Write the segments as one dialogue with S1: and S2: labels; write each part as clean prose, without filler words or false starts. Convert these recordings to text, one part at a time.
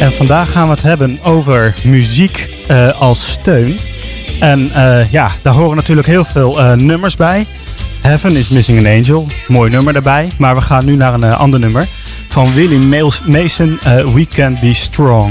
S1: En vandaag gaan we het hebben over muziek als steun. En daar horen natuurlijk heel veel nummers bij. Heaven is Missing an Angel, mooi nummer daarbij. Maar we gaan nu naar een ander nummer van Willie Mason, We Can Be Strong.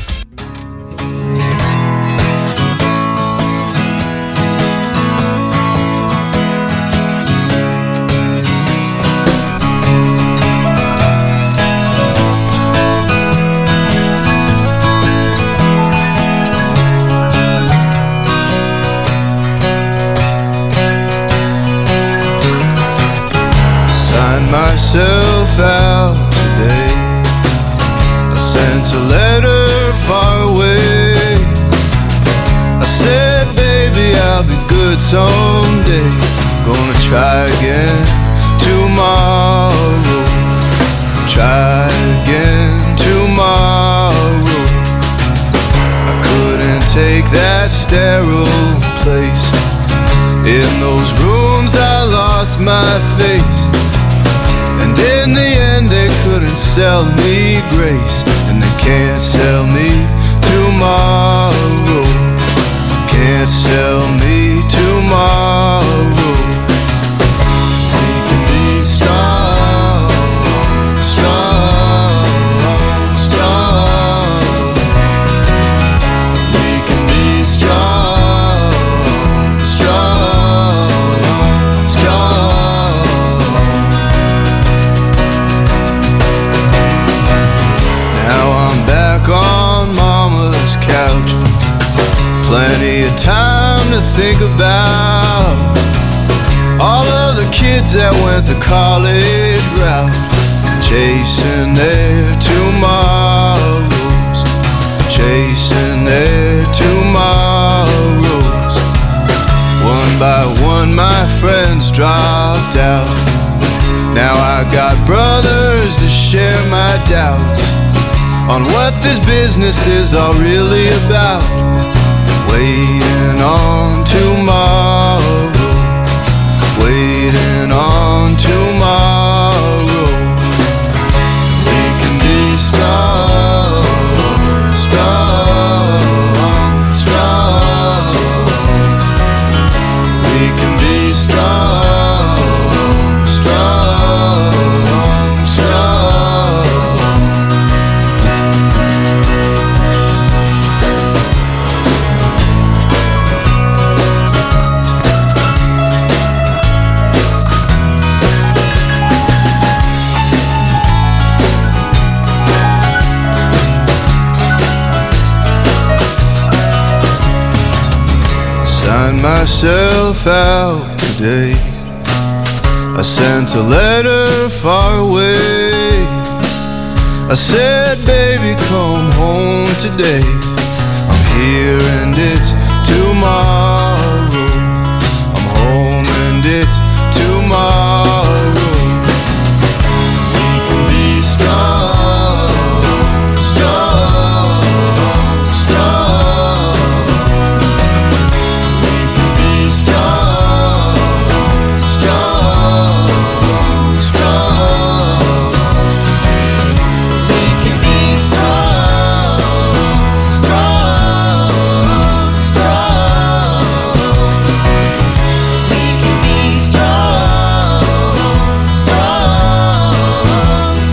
S2: Myself out today. I sent a letter far away. I said, baby, I'll be good someday. Gonna try again tomorrow. Try again tomorrow. I couldn't take that sterile place. In those rooms I lost my face. And in the end they couldn't sell me grace. And they can't sell me tomorrow. Can't sell me tomorrow. We can be strong, strong, strong. We can be strong, strong, strong. On mama's couch, plenty of time to think about all of the kids that went the college route, chasing their tomorrows, chasing their tomorrows. One by one my friends dropped out. Now I got brothers to share my doubts on what this business is all really about. Waiting on tomorrow, waiting on tomorrow. We can be strong, strong, strong. We can be strong, strong, strong. Signed myself out today. I sent a letter far away. I said, baby, come home today. I'm here and it's tomorrow. I'm home and it's tomorrow. We can be strong, strong, strong. We can be strong, strong, strong. We can be strong, strong, strong. We can be strong, strong,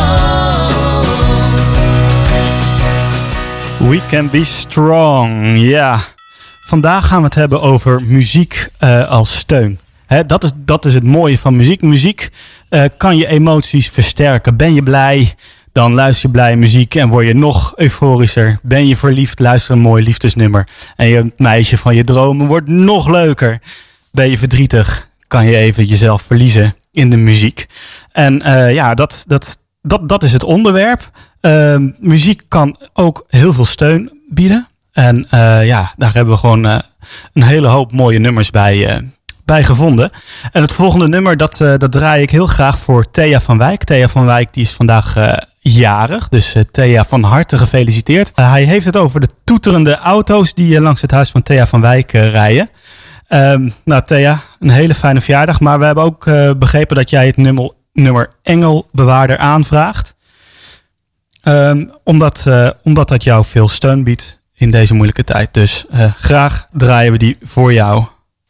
S2: strong.
S1: We Can Be Strong, ja. Vandaag gaan we het hebben over muziek als steun. Dat is het mooie van muziek. Muziek kan je emoties versterken. Ben je blij, dan luister je blij muziek en word je nog euforischer. Ben je verliefd, luister een mooi liefdesnummer. En je meisje van je dromen wordt nog leuker. Ben je verdrietig, kan je even jezelf verliezen in de muziek. En dat is het onderwerp. Muziek kan ook heel veel steun bieden. En daar hebben we gewoon een hele hoop mooie nummers bij gevonden. En het volgende nummer, dat draai ik heel graag voor Thea van Wijk. Thea van Wijk die is vandaag jarig. Dus Thea, van harte gefeliciteerd. Hij heeft het over de toeterende auto's die langs het huis van Thea van Wijk rijden. Thea, een hele fijne verjaardag. Maar we hebben ook begrepen dat jij het nummer Engelbewaarder aanvraagt. Omdat dat jou veel steun biedt in deze moeilijke tijd. Dus graag draaien we die voor jou.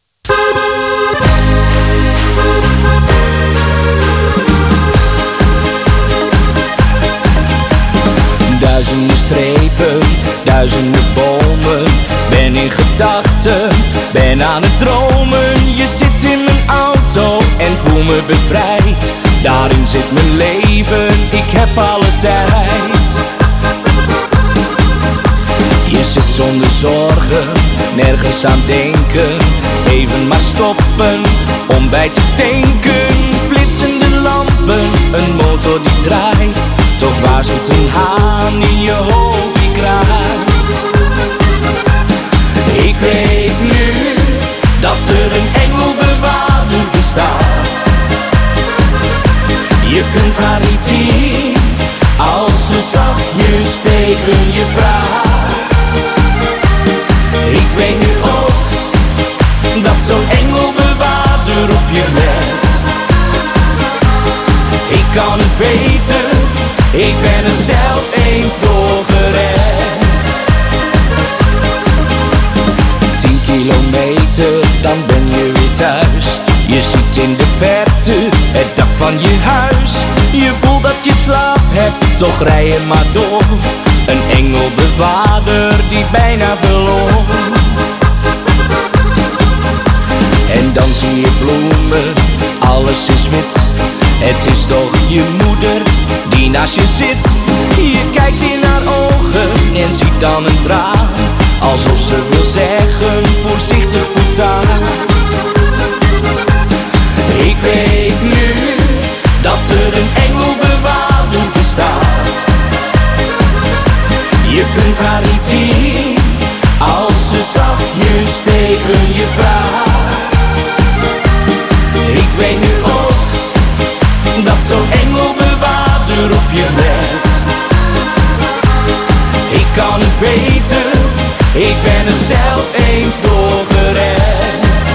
S3: Duizenden strepen, duizenden bomen. Ben in gedachten, ben aan het dromen. Je zit in mijn auto en voel me bevrijd. Daarin zit mijn leven, ik heb alle tijd. Je zit zonder zorgen, nergens aan denken. Even maar stoppen, om bij te tanken. Flitsende lampen, een motor die draait. Toch waarschuwt een haan in je hoofd die kraait. Ik weet nu dat er een engelbewaarder bestaat. Je kunt haar niet zien als ze zachtjes tegen je praat. Ik weet nu ook dat zo'n engelbewaarder op je let. Ik kan het weten, ik ben er zelf eens door gered. 10 kilometer, dan ben je weer thuis. Je ziet in de verte het dak van je huis. Je voelt dat je slaap hebt, toch rij je maar door. Een engelbewaarder die bijna verloor. En dan zie je bloemen, alles is wit. Het is toch je moeder die naast je zit. Je kijkt in haar ogen en ziet dan een traan. Alsof ze wil zeggen, voorzichtig voortaan. Ik weet nu dat er een engelbewaarder bestaat. Je kunt haar niet zien als ze zachtjes tegen je praat. Ik weet nu ook dat zo'n engelbewaarder op je let. Ik kan het weten, ik ben er zelf eens door gered.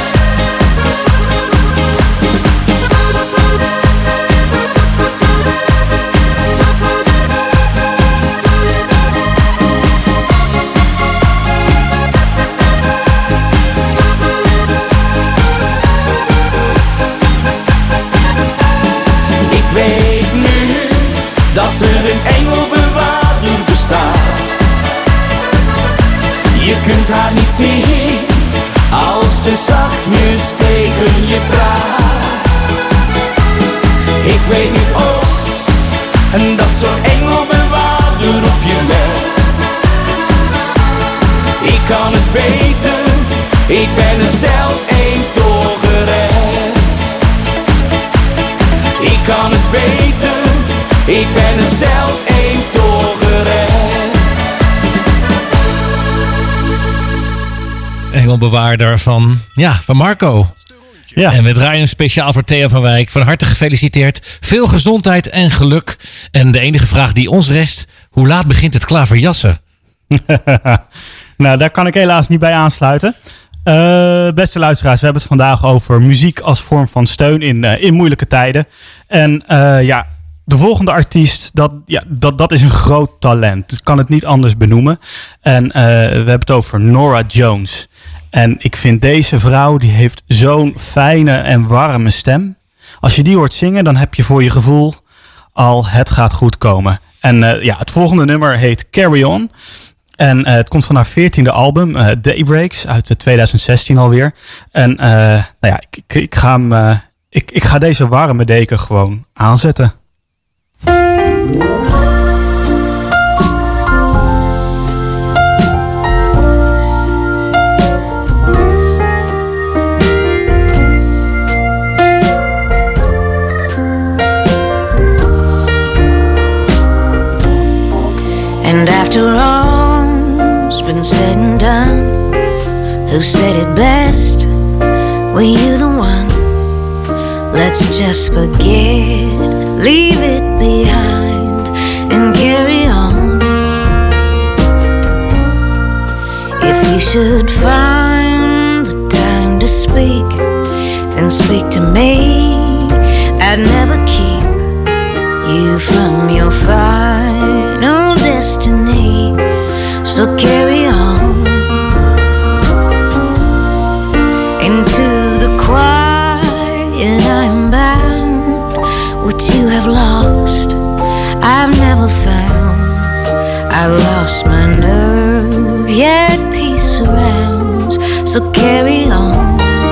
S3: Ik weet nu dat er een engelbewaarder bestaat. Je kunt haar niet zien als ze zachtjes tegen je praat. Ik weet nu ook dat zo'n engelbewaarder op je let. Ik kan het weten, ik ben er zelf eens door gered. Ik kan het weten, ik ben er zelf eens door gered.
S4: Engelbewaarder van Marco. Ja. En we draaien hem speciaal voor Thea van Wijk. Van harte gefeliciteerd. Veel gezondheid en geluk. En de enige vraag die ons rest: hoe laat begint het klaverjassen?
S1: Nou, daar kan ik helaas niet bij aansluiten. Beste luisteraars, we hebben het vandaag over muziek als vorm van steun in moeilijke tijden. En de volgende artiest, dat is een groot talent. Ik kan het niet anders benoemen. En we hebben het over Norah Jones. En ik vind deze vrouw, die heeft zo'n fijne en warme stem. Als je die hoort zingen, dan heb je voor je gevoel al het gaat goed komen. En het volgende nummer heet Carry On. En het komt van haar 14e album, Daybreaks, uit 2016 alweer. En ik ga deze warme deken gewoon aanzetten.
S5: And after all's been said and done, who said it best? Were you the one? Let's just forget, leave it behind and carry on. If you should find the time to speak, then speak to me. I'd never keep you from your final so carry on into the quiet. I am bound. What you have lost, I've never found. I lost my nerve, yet peace surrounds, so carry on.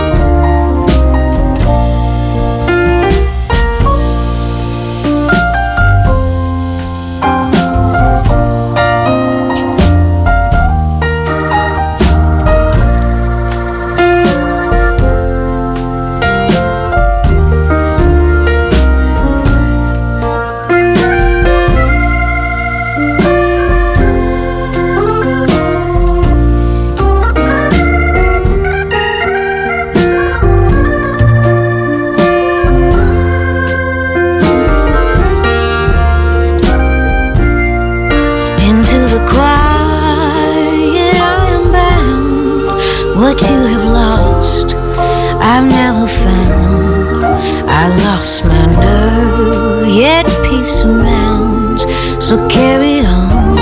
S5: What you have lost, I've never found. I lost my nerve, yet peace surrounds, so carry on.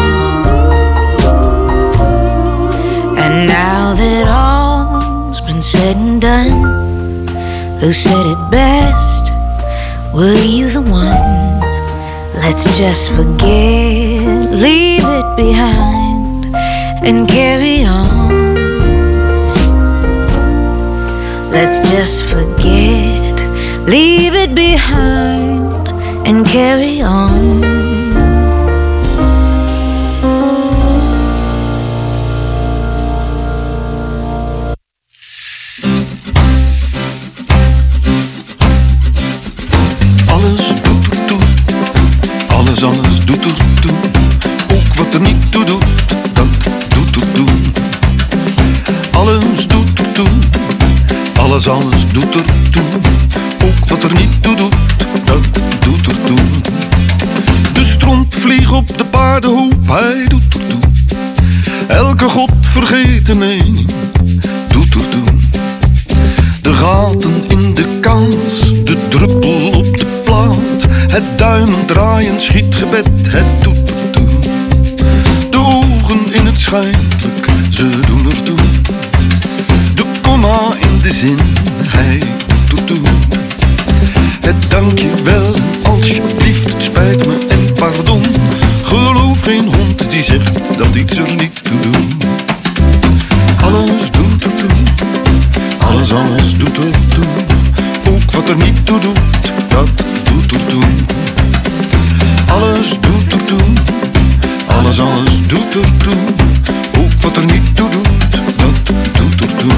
S5: And now that all's been said and done, who said it best? Were you the one? Let's just forget, leave it behind, and carry on. Let's just forget, leave it behind, and carry on.
S6: Alles doet ertoe, alles doet ertoe. Ook wat er niet toe doet, dat doet ertoe. Alles doet ertoe. Alles doet ertoe, ook wat er niet toe doet, dat doet ertoe. De stront vliegt op de paardenhoep, hij doet ertoe. Elke godvergeten mening doet ertoe. De gaten in de kans, de druppel op de plaat, het duimen draaien schietgebed, het doet ertoe. De ogen in het schijnlijk, ze doen ertoe. Komma in de zin, hij doet ertoe. Het dankjewel en alsjeblieft, het spijt me en pardon. Geloof geen hond die zegt dat iets er niet toe doet. Alles doet ertoe, alles doet ertoe. Ook wat er niet toe doet, dat doet ertoe. Alles doet ertoe, alles doet ertoe. Ook wat er niet toe doet, dat doet ertoe.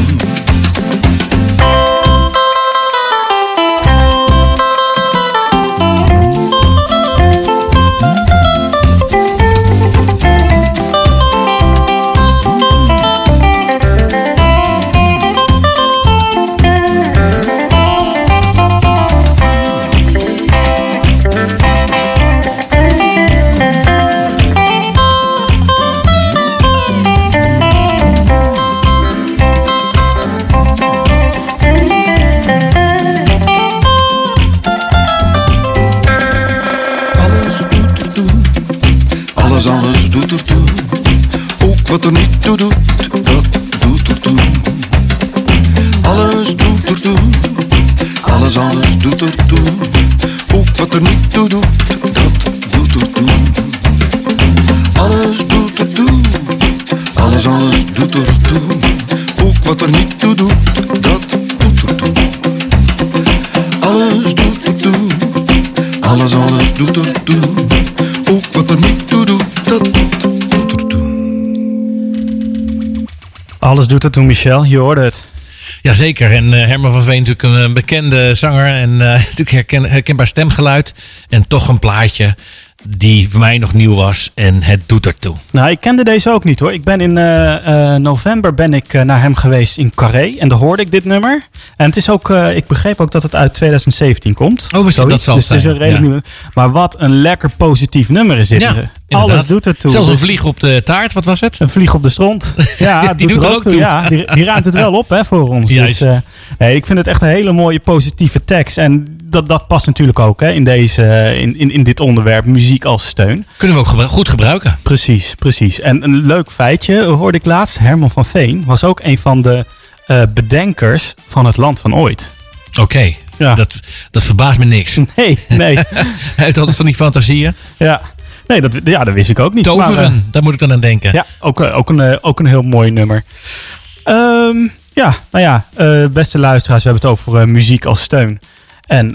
S6: Alles doet ertoe, ook wat er niet toe doet, dat doet ertoe. Alles doet ertoe, alles doet ertoe, ook wat er niet toe doet, dat doet ertoe. Alles doet ertoe, alles doet ertoe, ook wat er niet toe doet, dat doet ertoe. Alles doet ertoe, alles doet ertoe, ook wat er niet toe doet, dat doet ertoe.
S1: Alles doet ertoe, Michel, je hoorde het.
S4: Jazeker, en Herman van Veen natuurlijk een bekende zanger en natuurlijk herkenbaar stemgeluid. En toch een plaatje die voor mij nog nieuw was en het doet ertoe.
S1: Nou, ik kende deze ook niet hoor. Ik ben in november naar hem geweest in Carré en daar hoorde ik dit nummer. En het is ook, ik begreep ook dat het uit 2017 komt.
S4: Oh, misschien dat zal
S1: dus
S4: zijn.
S1: Het is een redelijk nieuw. Maar wat een lekker positief nummer is dit.
S4: Ja. Inderdaad.
S1: Alles doet ertoe.
S4: Zelfs een
S1: Dus
S4: vlieg op de taart, wat was het?
S1: een vlieg op de stront. Ja,
S4: Die doet er ook toe.
S1: Ja, die ruimt het wel op hè, voor ons.
S4: Juist.
S1: Dus, nee, ik vind het echt een hele mooie positieve tekst. En dat past natuurlijk ook hè, in dit onderwerp, muziek als steun.
S4: Kunnen we ook goed gebruiken.
S1: Precies. En een leuk feitje hoorde ik laatst. Herman van Veen was ook een van de bedenkers van het Land van Ooit.
S4: Oké,
S1: Ja.
S4: dat verbaast me niks.
S1: Nee.
S4: Hij heeft altijd van die fantasieën.
S1: Ja. Nee, dat wist ik ook niet.
S4: Toveren,
S1: Maar,
S4: daar moet ik dan aan denken.
S1: ja, ook een heel mooi nummer. Beste luisteraars, we hebben het over muziek als steun. En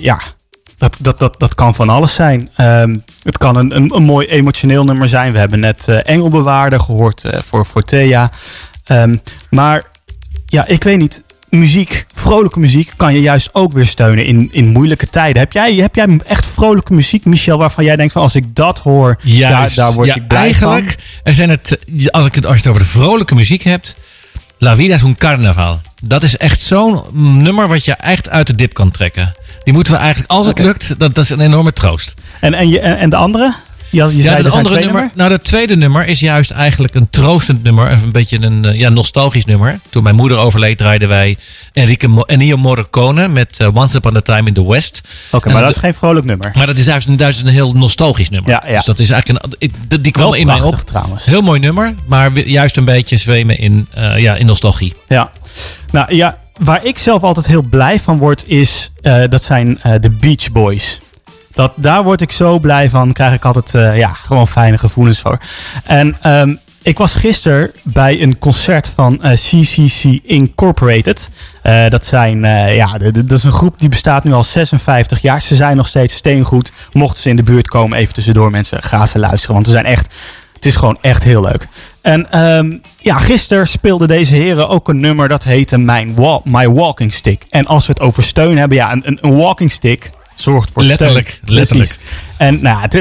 S1: dat kan van alles zijn. Het kan een mooi emotioneel nummer zijn. We hebben net Engelbewaarder gehoord voor Thea. Maar ja, ik weet niet. Vrolijke muziek kan je juist ook weer steunen in moeilijke tijden. Heb jij echt vrolijke muziek, Michel, waarvan jij denkt van als ik dat hoor, daar word ik blij
S4: eigenlijk,
S1: van?
S4: Als je het over de vrolijke muziek hebt, La Vida es un Carnaval. Dat is echt zo'n nummer wat je echt uit de dip kan trekken. Die moeten we eigenlijk, als het lukt, dat is een enorme troost.
S1: En de andere? Je zei
S4: het andere nummer. Nou, het tweede nummer is juist eigenlijk een troostend nummer. Een beetje een nostalgisch nummer. Toen mijn moeder overleed, draaiden wij Ennio Morricone met Once Upon a Time in the West.
S1: Oké, maar dat is geen vrolijk nummer.
S4: Maar dat is juist een heel nostalgisch nummer.
S1: Ja.
S4: Dus dat is eigenlijk die kwam in mij op.
S1: Trouwens.
S4: Heel mooi nummer, maar juist een beetje zwemen in nostalgie.
S1: Ja. Nou ja, waar ik zelf altijd heel blij van word is, dat zijn de Beach Boys. Daar word ik zo blij van. Krijg ik altijd gewoon fijne gevoelens voor. En ik was gisteren bij een concert van CCC Incorporated. Dat is een groep die bestaat nu al 56 jaar. Ze zijn nog steeds steengoed. Mochten ze in de buurt komen, even tussendoor mensen, ga ze luisteren. Want het is gewoon echt heel leuk. En gisteren speelden deze heren ook een nummer dat heette My Walking Stick. En als we het over steun hebben, een walking stick zorgt voor
S4: letterlijk.
S1: En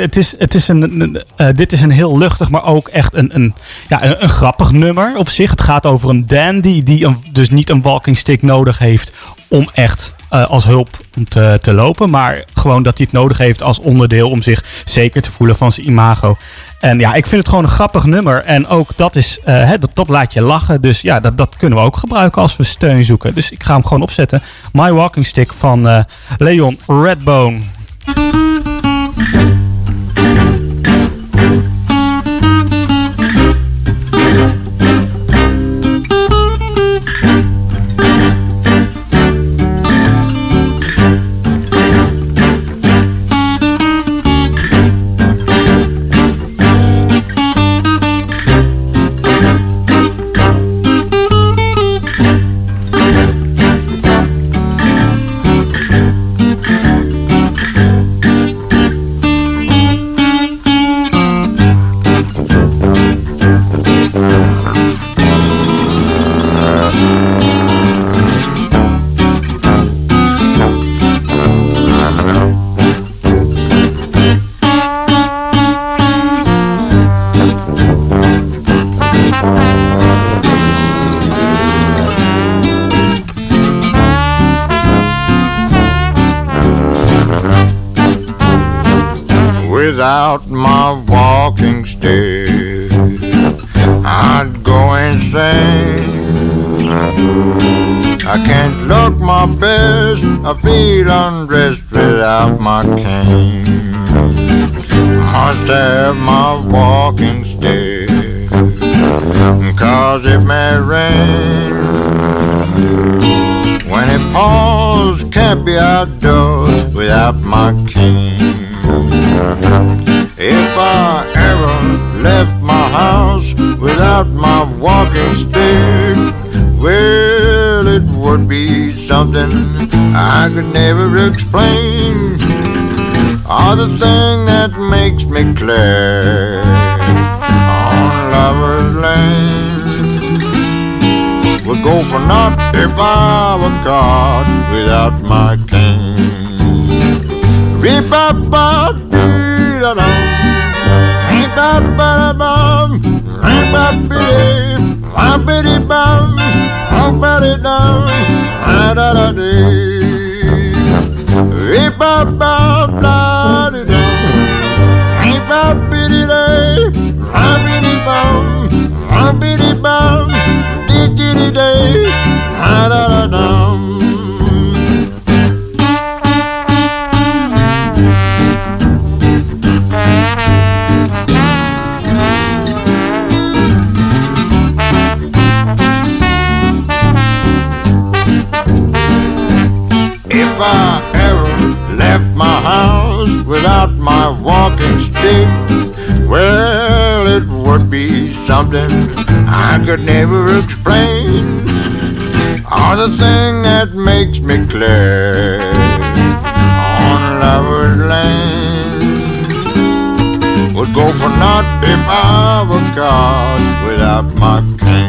S1: dit is een heel luchtig, maar ook echt een grappig nummer op zich. Het gaat over een dandy die dus niet een walking stick nodig heeft om echt als hulp om te lopen. Maar gewoon dat hij het nodig heeft als onderdeel om zich zeker te voelen van zijn imago. En ja, ik vind het gewoon een grappig nummer. En ook dat is, dat laat je lachen. Dus ja, dat kunnen we ook gebruiken als we steun zoeken. Dus ik ga hem gewoon opzetten. My Walking Stick van Leon Redbone.
S7: Without my walking stick, I'd go insane. I can't look my best, I feel undressed without my cane. Must have my walking stick, 'cause it may rain. When it pours, can't be outdoors without my cane. If I ever left my house without my walking stick, well, it would be something I could never explain. The thing that makes me clear on Lover's Lane would go for naught if I were caught without my cane. da-da-da-dum. If I ever left my house without my walking stick, well, it would be something I could never explain. Or the thing that makes me clear on Lover's Lane would go for naught if I were caught without my cane.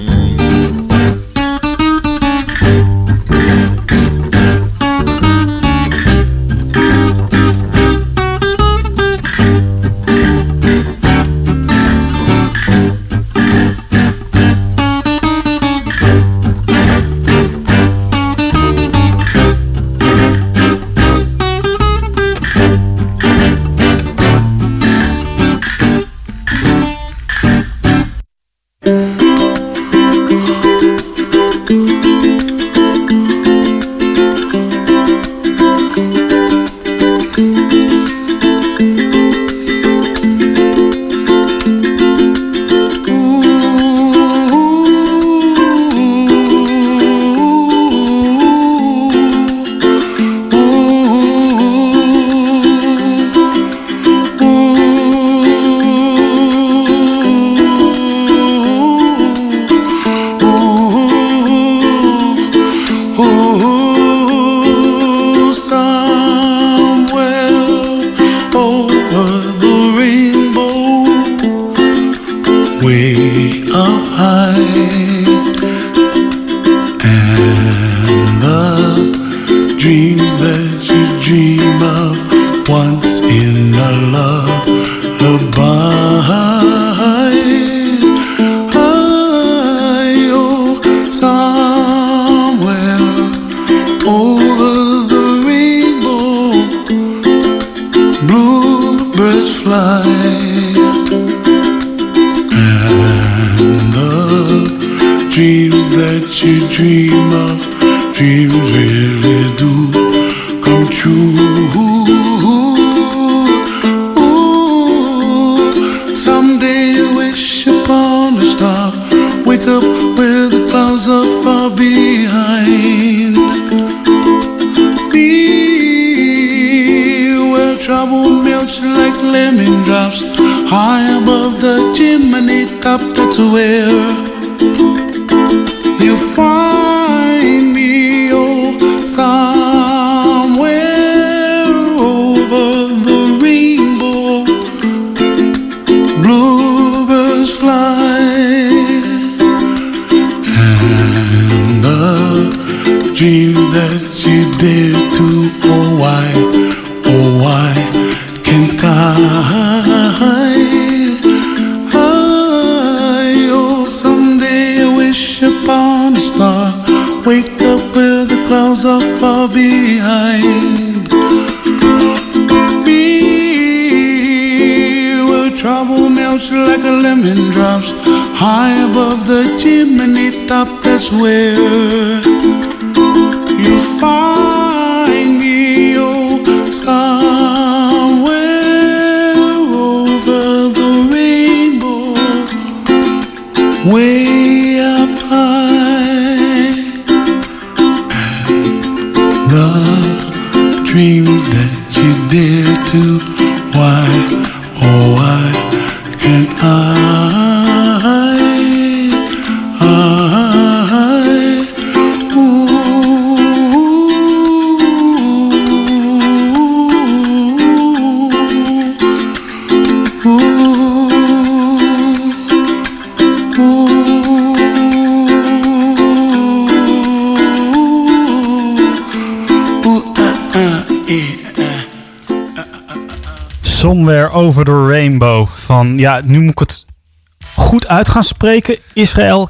S1: Somewhere Over the Rainbow van, ja, nu moet ik het goed uit gaan spreken. Israël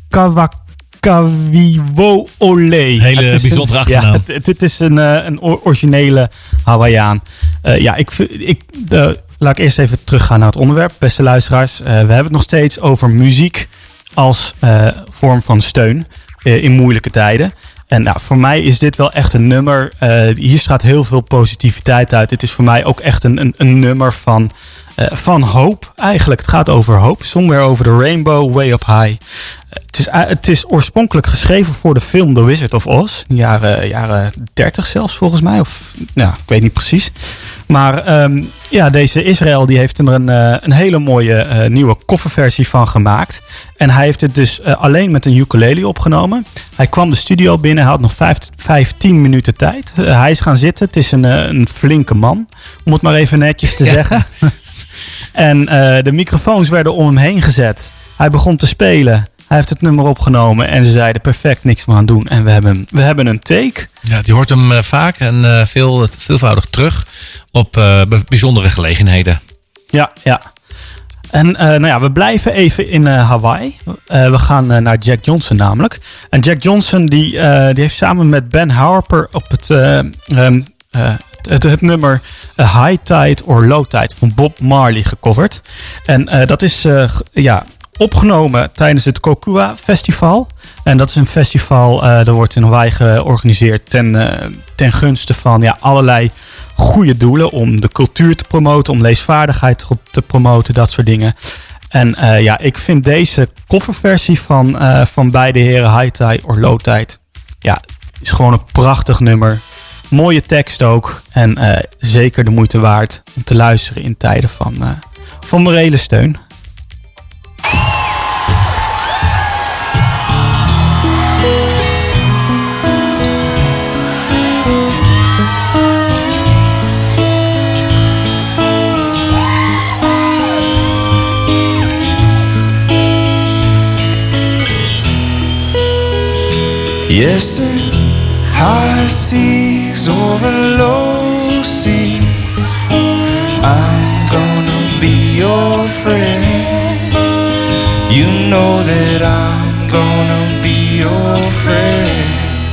S1: Kawiwo-Ole.
S4: Hele bijzondere achternaam.
S1: Ja, het is een originele Hawaiiaan. Laat ik eerst even teruggaan naar het onderwerp. Beste luisteraars, we hebben het nog steeds over muziek als vorm van steun. in moeilijke tijden. En nou, voor mij is dit wel echt een nummer. Hier straalt heel veel positiviteit uit. Het is voor mij ook echt een nummer van hoop eigenlijk. Het gaat over hoop. Somewhere over the rainbow, way up high. Het is oorspronkelijk geschreven voor de film The Wizard of Oz. Jaren 30 zelfs volgens mij. Of, nou, ik weet niet precies. Maar deze Israël die heeft er een hele mooie nieuwe coverversie van gemaakt. En hij heeft het dus alleen met een ukulele opgenomen. Hij kwam de studio binnen. Hij had nog 15 minuten tijd. Hij is gaan zitten. Het is een flinke man. Om het maar even netjes te zeggen. En de microfoons werden om hem heen gezet. Hij begon te spelen. Hij heeft het nummer opgenomen en ze zeiden perfect, niks meer aan doen. En we hebben een take.
S4: Ja, die hoort hem vaak en veelvoudig terug op bijzondere gelegenheden.
S1: Ja. En we blijven even in Hawaii. We gaan naar Jack Johnson namelijk. En Jack Johnson die heeft samen met Ben Harper op het nummer High Tide or Low Tide van Bob Marley gecoverd. En dat is opgenomen tijdens het Kokua Festival. En dat is een festival, dat wordt in Hawaii georganiseerd ten gunste van allerlei goede doelen. Om de cultuur te promoten, om leesvaardigheid te promoten, dat soort dingen. En ik vind deze coverversie van beide heren, High Tide or Low Tide, is gewoon een prachtig nummer. Mooie tekst ook. En zeker de moeite waard om te luisteren in tijden van morele steun.
S3: Yes, high seas over low seas, I'm gonna be your friend. You know that I'm gonna be your friend.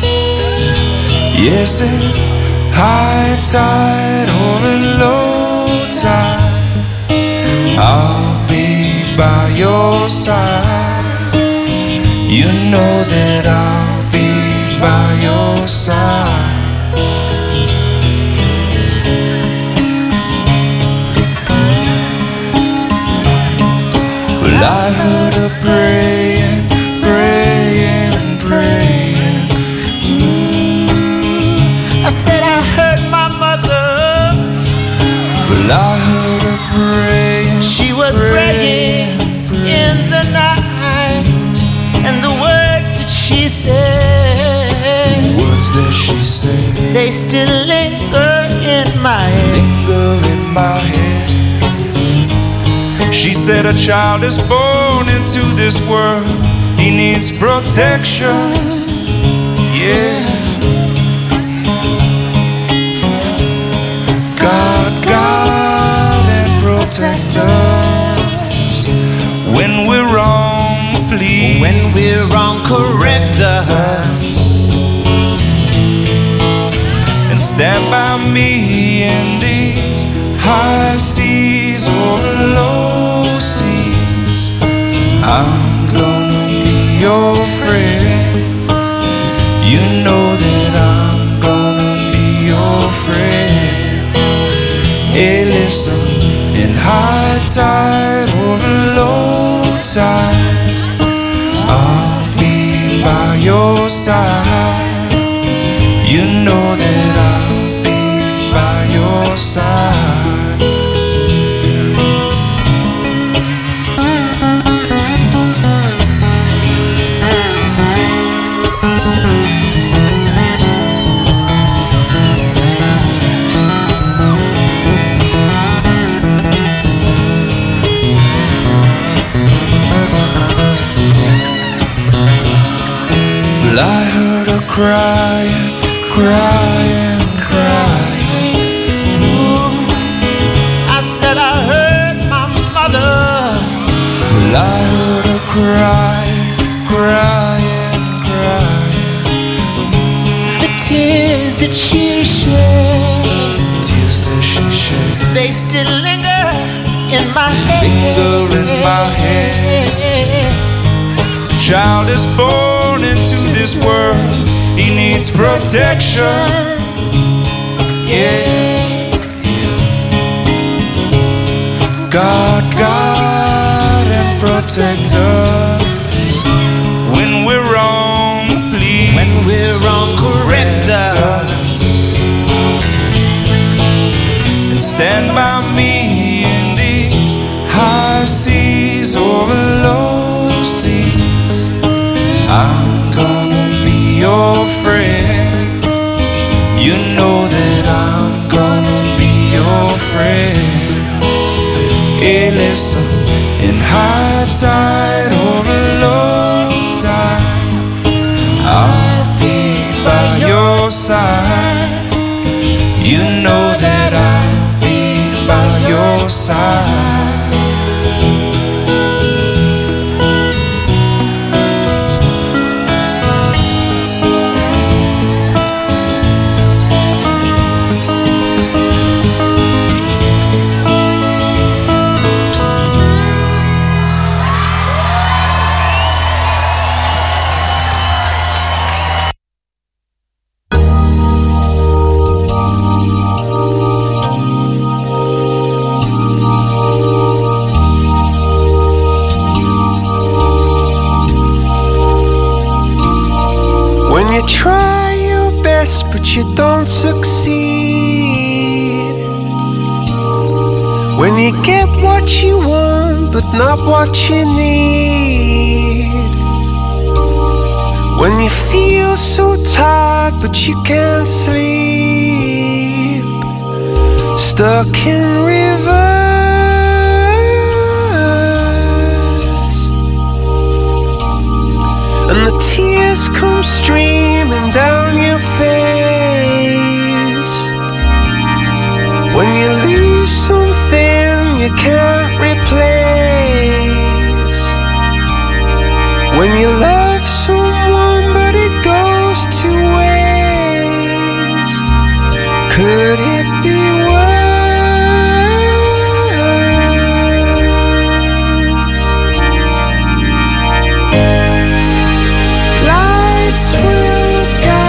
S3: Yes, high tide over low tide, I'll be by your side. You know that I'll be by your side. Well, I heard her praying, praying, praying. I said I heard my mother. Well, I heard her praying. She was praying in the night, and the words that she said, words that she said, they still linger in my head. Linger in my head. She said a child is born into this world, he needs protection. Yeah. God and protect us. When we're wrong, please. When we're wrong, correct us. And stand by me in these high seas or low seas. I'm gonna be your friend. You know that I'm gonna be your friend. Hey, listen, in high tide or low tide, I'll be by your side. You know that I'll be by your side. Well, I heard her crying, crying, crying. Ooh, I said I heard my mother. Well, I heard her crying, crying, crying. The tears that she shed, tears that she shed, they still linger in my head. Linger in my head. Child is born
S8: born into this world, he needs protection. Yeah. God, guide and protect us. When we're wrong, please.
S9: When we're wrong, correct us.
S8: And stand by me in these high seas over low seas. I'm gonna be your friend. You know that I'm gonna be your friend. Hey, listen, in high tide over low tide, I'll be by your side. You know that I'll be by your side.
S10: You don't succeed. When you get what you want but not what you need. When you feel so tired but you can't sleep. Stuck in reverse. And the tears come streaming down your face. When you lose something you can't replace. When you love someone but it goes to waste. Could it be worse? Lights will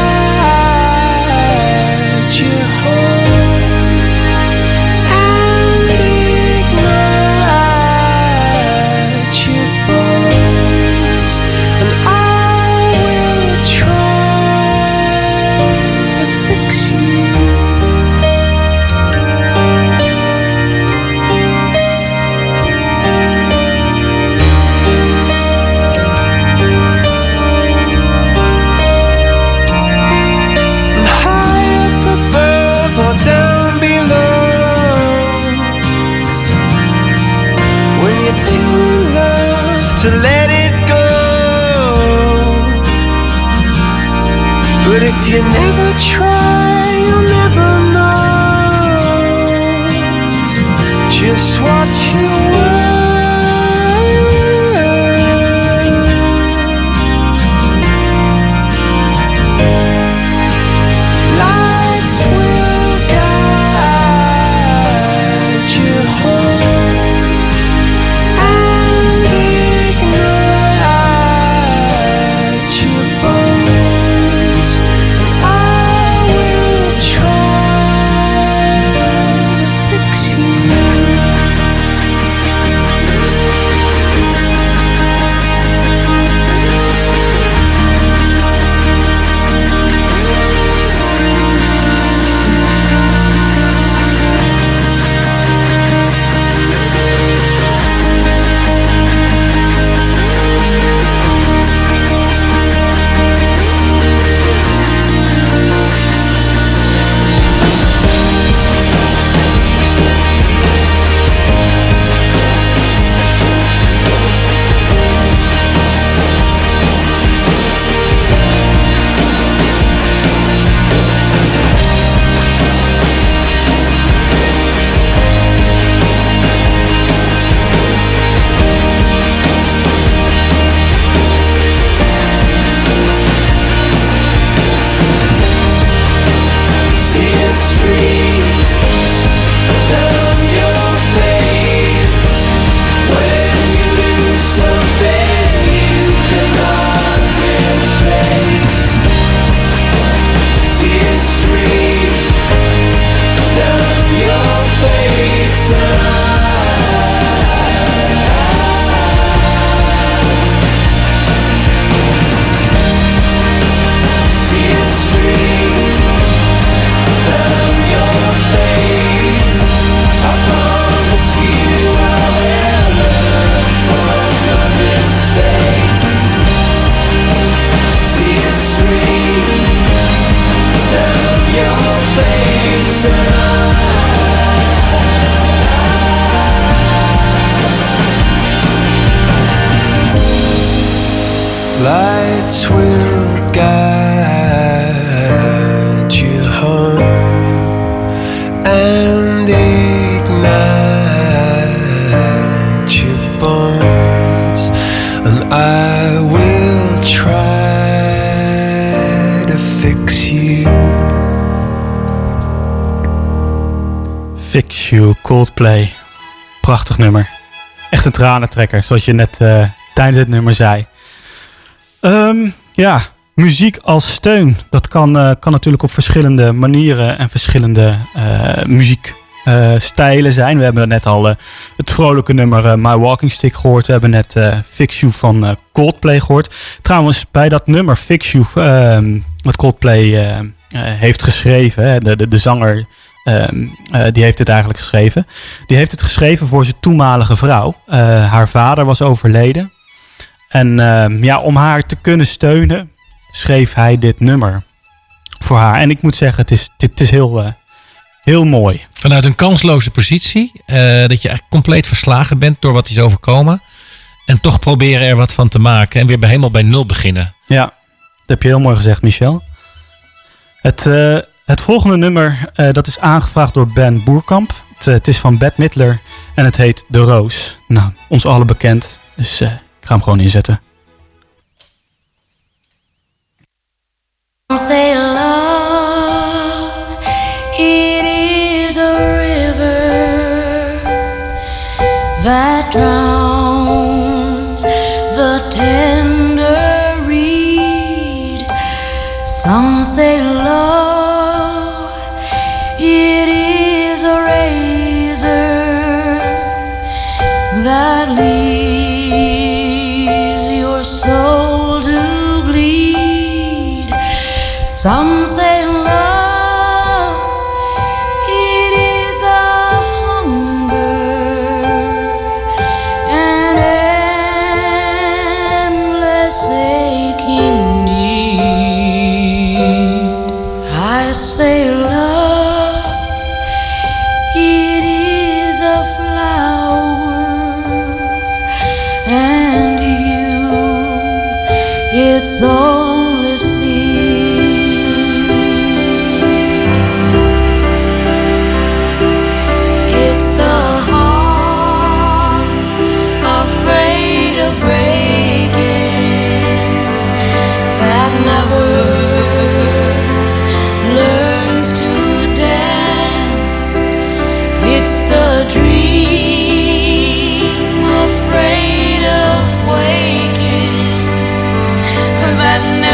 S10: guide you home. To let it go. But if you never try, you'll never know just what you were. Lights will guide you home. Lights will guide you home and ignite your bones, and I will try to fix you.
S1: Fix You, Coldplay. Prachtig nummer. Echt een tranentrekker, zoals je net tijdens het nummer zei. Ja, muziek als steun. Dat kan natuurlijk op verschillende manieren en verschillende muziekstijlen zijn. We hebben net al het vrolijke nummer My Walking Stick gehoord. We hebben net Fix You van Coldplay gehoord. Trouwens, bij dat nummer Fix You, wat Coldplay heeft geschreven, de zanger, die heeft het eigenlijk geschreven. Die heeft het geschreven voor zijn toenmalige vrouw. Haar vader was overleden. En om haar te kunnen steunen, schreef hij dit nummer voor haar. En ik moet zeggen, het is heel mooi.
S4: Vanuit een kansloze positie, dat je echt compleet verslagen bent door wat is overkomen. En toch proberen er wat van te maken en weer helemaal bij nul beginnen.
S1: Ja, dat heb je heel mooi gezegd, Michel. Het volgende nummer, dat is aangevraagd door Ben Boerkamp. Het is van Bette Midler en het heet De Roos. Nou, ons allen bekend, dus... ik ga hem gewoon inzetten.
S5: Say love, it is a river that drowns the tender reed. Some say love, it is a razor that leaves your soul to bleed. Some say love, it is a hunger, an endless aching need. I say love, it is a flower, and it's only seed. It's the heart afraid of breaking that never learns to dance. It's the dream afraid of waking that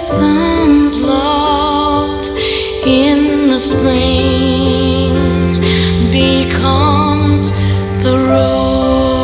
S5: son's love in the spring becomes the rose.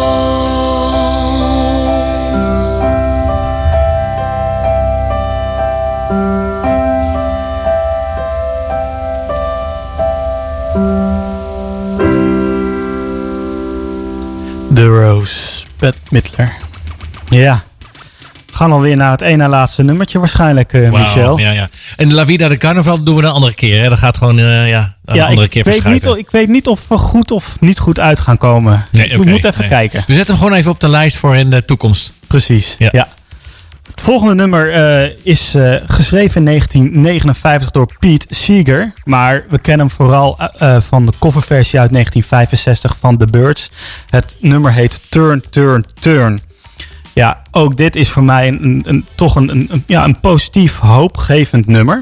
S1: The Rose, Bette Midler. Ja. We gaan alweer naar het ene laatste nummertje waarschijnlijk, Michel.
S4: Ja. En La Vida de Carnaval doen we een andere keer. Hè? Dat gaat gewoon een andere keer verschuiven.
S1: Ik weet niet of we goed of niet goed uit gaan komen. We moeten even kijken.
S4: We zetten hem gewoon even op de lijst voor in de toekomst.
S1: Precies, ja. Het volgende nummer is geschreven in 1959 door Pete Seeger. Maar we kennen hem vooral van de coverversie uit 1965 van The Byrds. Het nummer heet Turn, Turn, Turn. Ja, ook dit is voor mij toch een positief, hoopgevend nummer.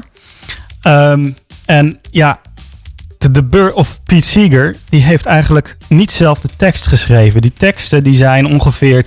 S1: En ja, de Byrd of Pete Seeger, die heeft eigenlijk niet zelf de tekst geschreven. Die teksten die zijn ongeveer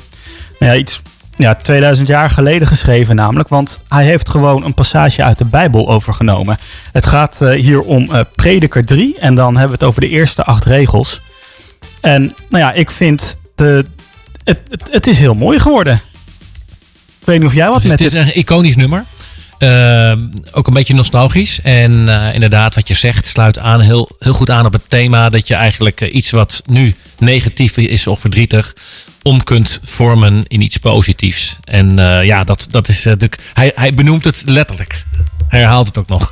S1: 2000 jaar geleden geschreven namelijk. Want hij heeft gewoon een passage uit de Bijbel overgenomen. Het gaat hier om Prediker 3. En dan hebben we het over de eerste 8 regels. En ik vind het is heel mooi geworden. Ik weet niet of jij wat met
S4: het is een iconisch nummer. Ook een beetje nostalgisch. En inderdaad, wat je zegt, sluit aan heel goed aan op het thema. Dat je eigenlijk iets wat nu negatief is of verdrietig om kunt vormen in iets positiefs. En dat is natuurlijk... Hij benoemt het letterlijk. Hij herhaalt het ook nog.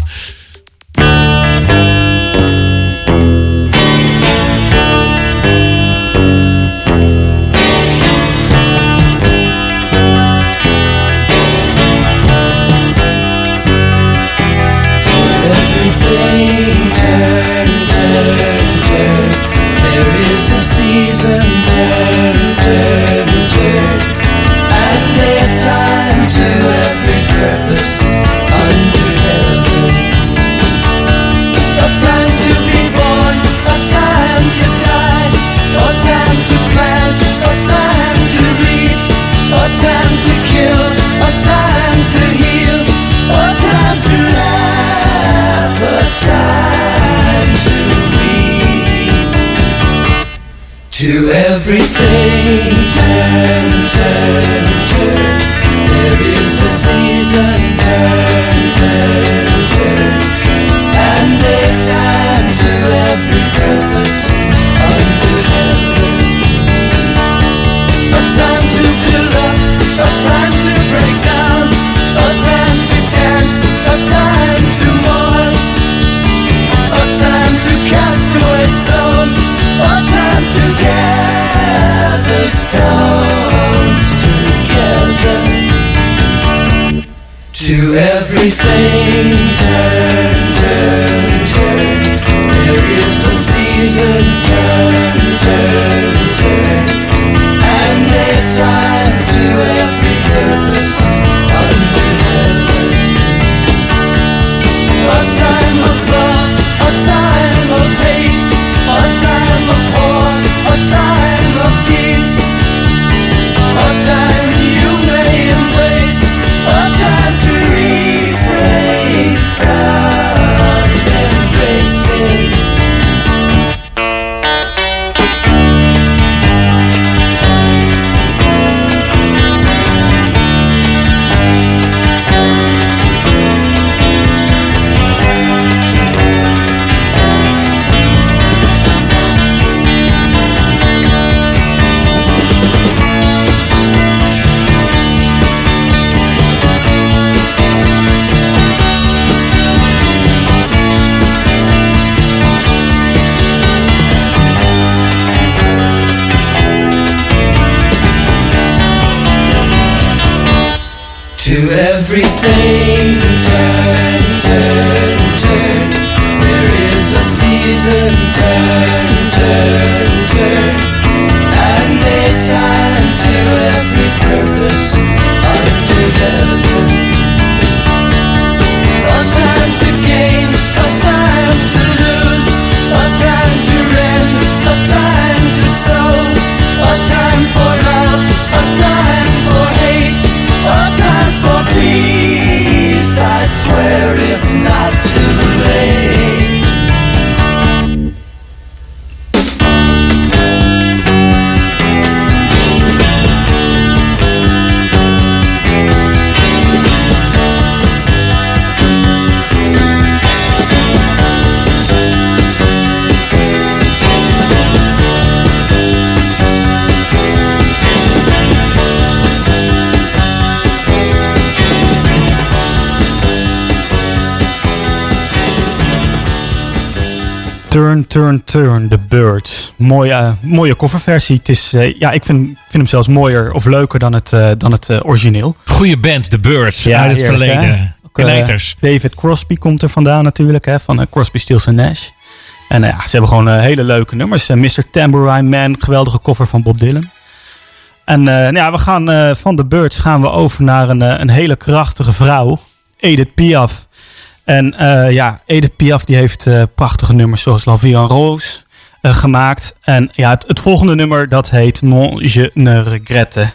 S3: To everything, turn, turn, turn. There is a season, turn, turn, turn. And a time to every purpose under heaven. A time to build up, a time to break down, a time to dance, a time to mourn, a time to cast away stones, a time to gather stones together. To everything, turn, turn, turn. There is a season, turn, turn, turn. And a time to every purpose under heaven. A time of love, a time of hate, a time of war, a time of peace, a time you may embrace, a time to refrain from embracing. To everything, turn, turn, turn. There is a season, turn, turn, turn. And a time to every purpose under heaven. A time to gain, a time to lose, a time to rend, a time to sow, a time for love, a time for hate, a time for peace.
S1: Turn, Turn, Turn, The Birds. Mooie coverversie. Het is, ik vind hem zelfs mooier of leuker dan het origineel.
S4: Goeie band, The Birds, uit het verleden. Knijters.
S1: David Crosby komt er vandaan natuurlijk, van Crosby, Stills Nash. En ze hebben gewoon hele leuke nummers. Mr. Tambourine Man, geweldige cover van Bob Dylan. En we gaan van The Birds gaan we over naar een hele krachtige vrouw, Edith Piaf. En Edith Piaf die heeft prachtige nummers zoals La Vie en Rose gemaakt. En het volgende nummer dat heet Non je ne regrette.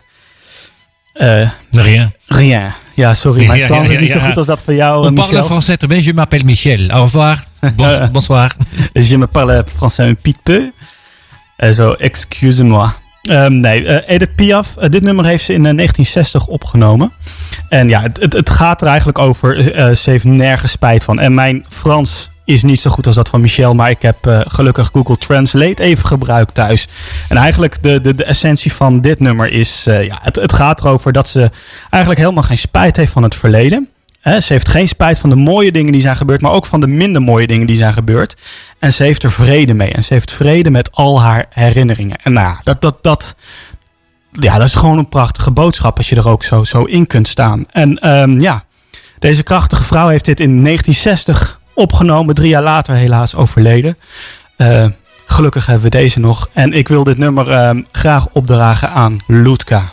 S1: Rien. Ja, sorry, mijn Frans is niet zo goed als dat van jou, Michel.
S4: On parle français très bien, je m'appelle Michel. Au revoir, bonsoir.
S1: Je me parle français un petit peu. Excuse-moi. Edith Piaf, dit nummer heeft ze in 1960 opgenomen. En het gaat er eigenlijk over. Ze heeft nergens spijt van. En mijn Frans is niet zo goed als dat van Michel. Maar ik heb gelukkig Google Translate even gebruikt thuis. En eigenlijk de essentie van dit nummer is... Het gaat erover dat ze eigenlijk helemaal geen spijt heeft van het verleden. Ze heeft geen spijt van de mooie dingen die zijn gebeurd. Maar ook van de minder mooie dingen die zijn gebeurd. En ze heeft er vrede mee. En ze heeft vrede met al haar herinneringen. En dat is gewoon een prachtige boodschap. Als je er ook zo in kunt staan. En deze krachtige vrouw heeft dit in 1960 opgenomen. 3 jaar later helaas overleden. Gelukkig hebben we deze nog. En ik wil dit nummer graag opdragen aan Ludka.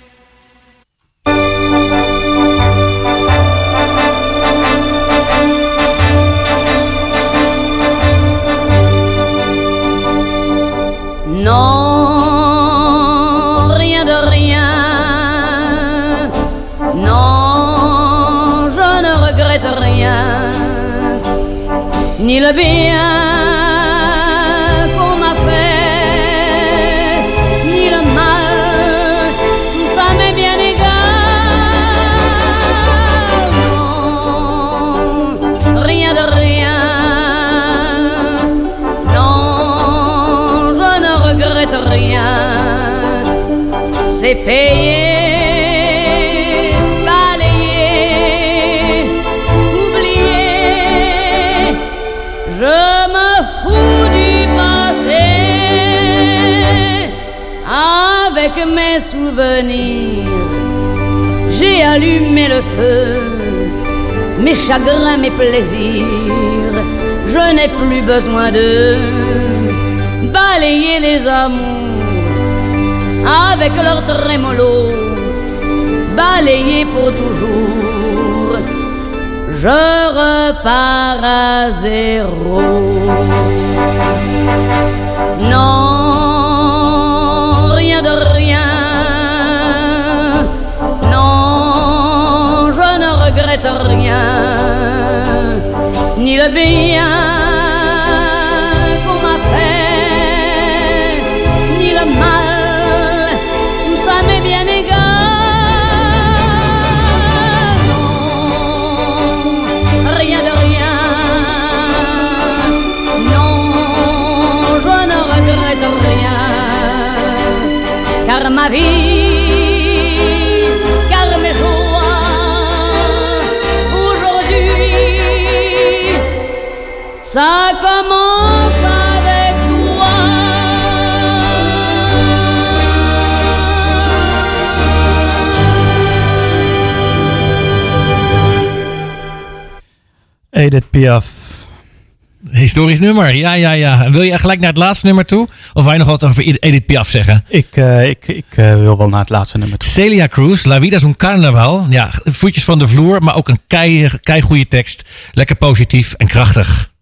S11: Non, rien de rien. Non, je ne regrette rien. Ni le bien qu'on m'a fait, ni le mal, tout ça m'est bien égal. Non, rien de rien. Rien, c'est payé, balayé, oublié. Je me fous du passé. Avec mes souvenirs, j'ai allumé le feu. Mes chagrins, mes plaisirs, je n'ai plus besoin de balayer les amours avec leur trémolo, balayer pour toujours. Je repars à zéro. Non, rien de rien. Non, je ne regrette rien, ni le bien qu'on m'a fait, ni le mal, tout ça m'est bien égal. Non, rien de rien. Non, je ne regrette rien, car ma vie, car mes joies, aujourd'hui, ça commence avec toi.
S1: Edith Piaf.
S4: Historisch nummer, ja. En wil je gelijk naar het laatste nummer toe? Of wil je nog wat over Edith Piaf zeggen?
S1: Ik wil wel naar het laatste nummer toe.
S4: Celia Cruz, La Vida es un Carnaval. Ja, voetjes van de vloer, maar ook een kei goede tekst. Lekker positief en krachtig.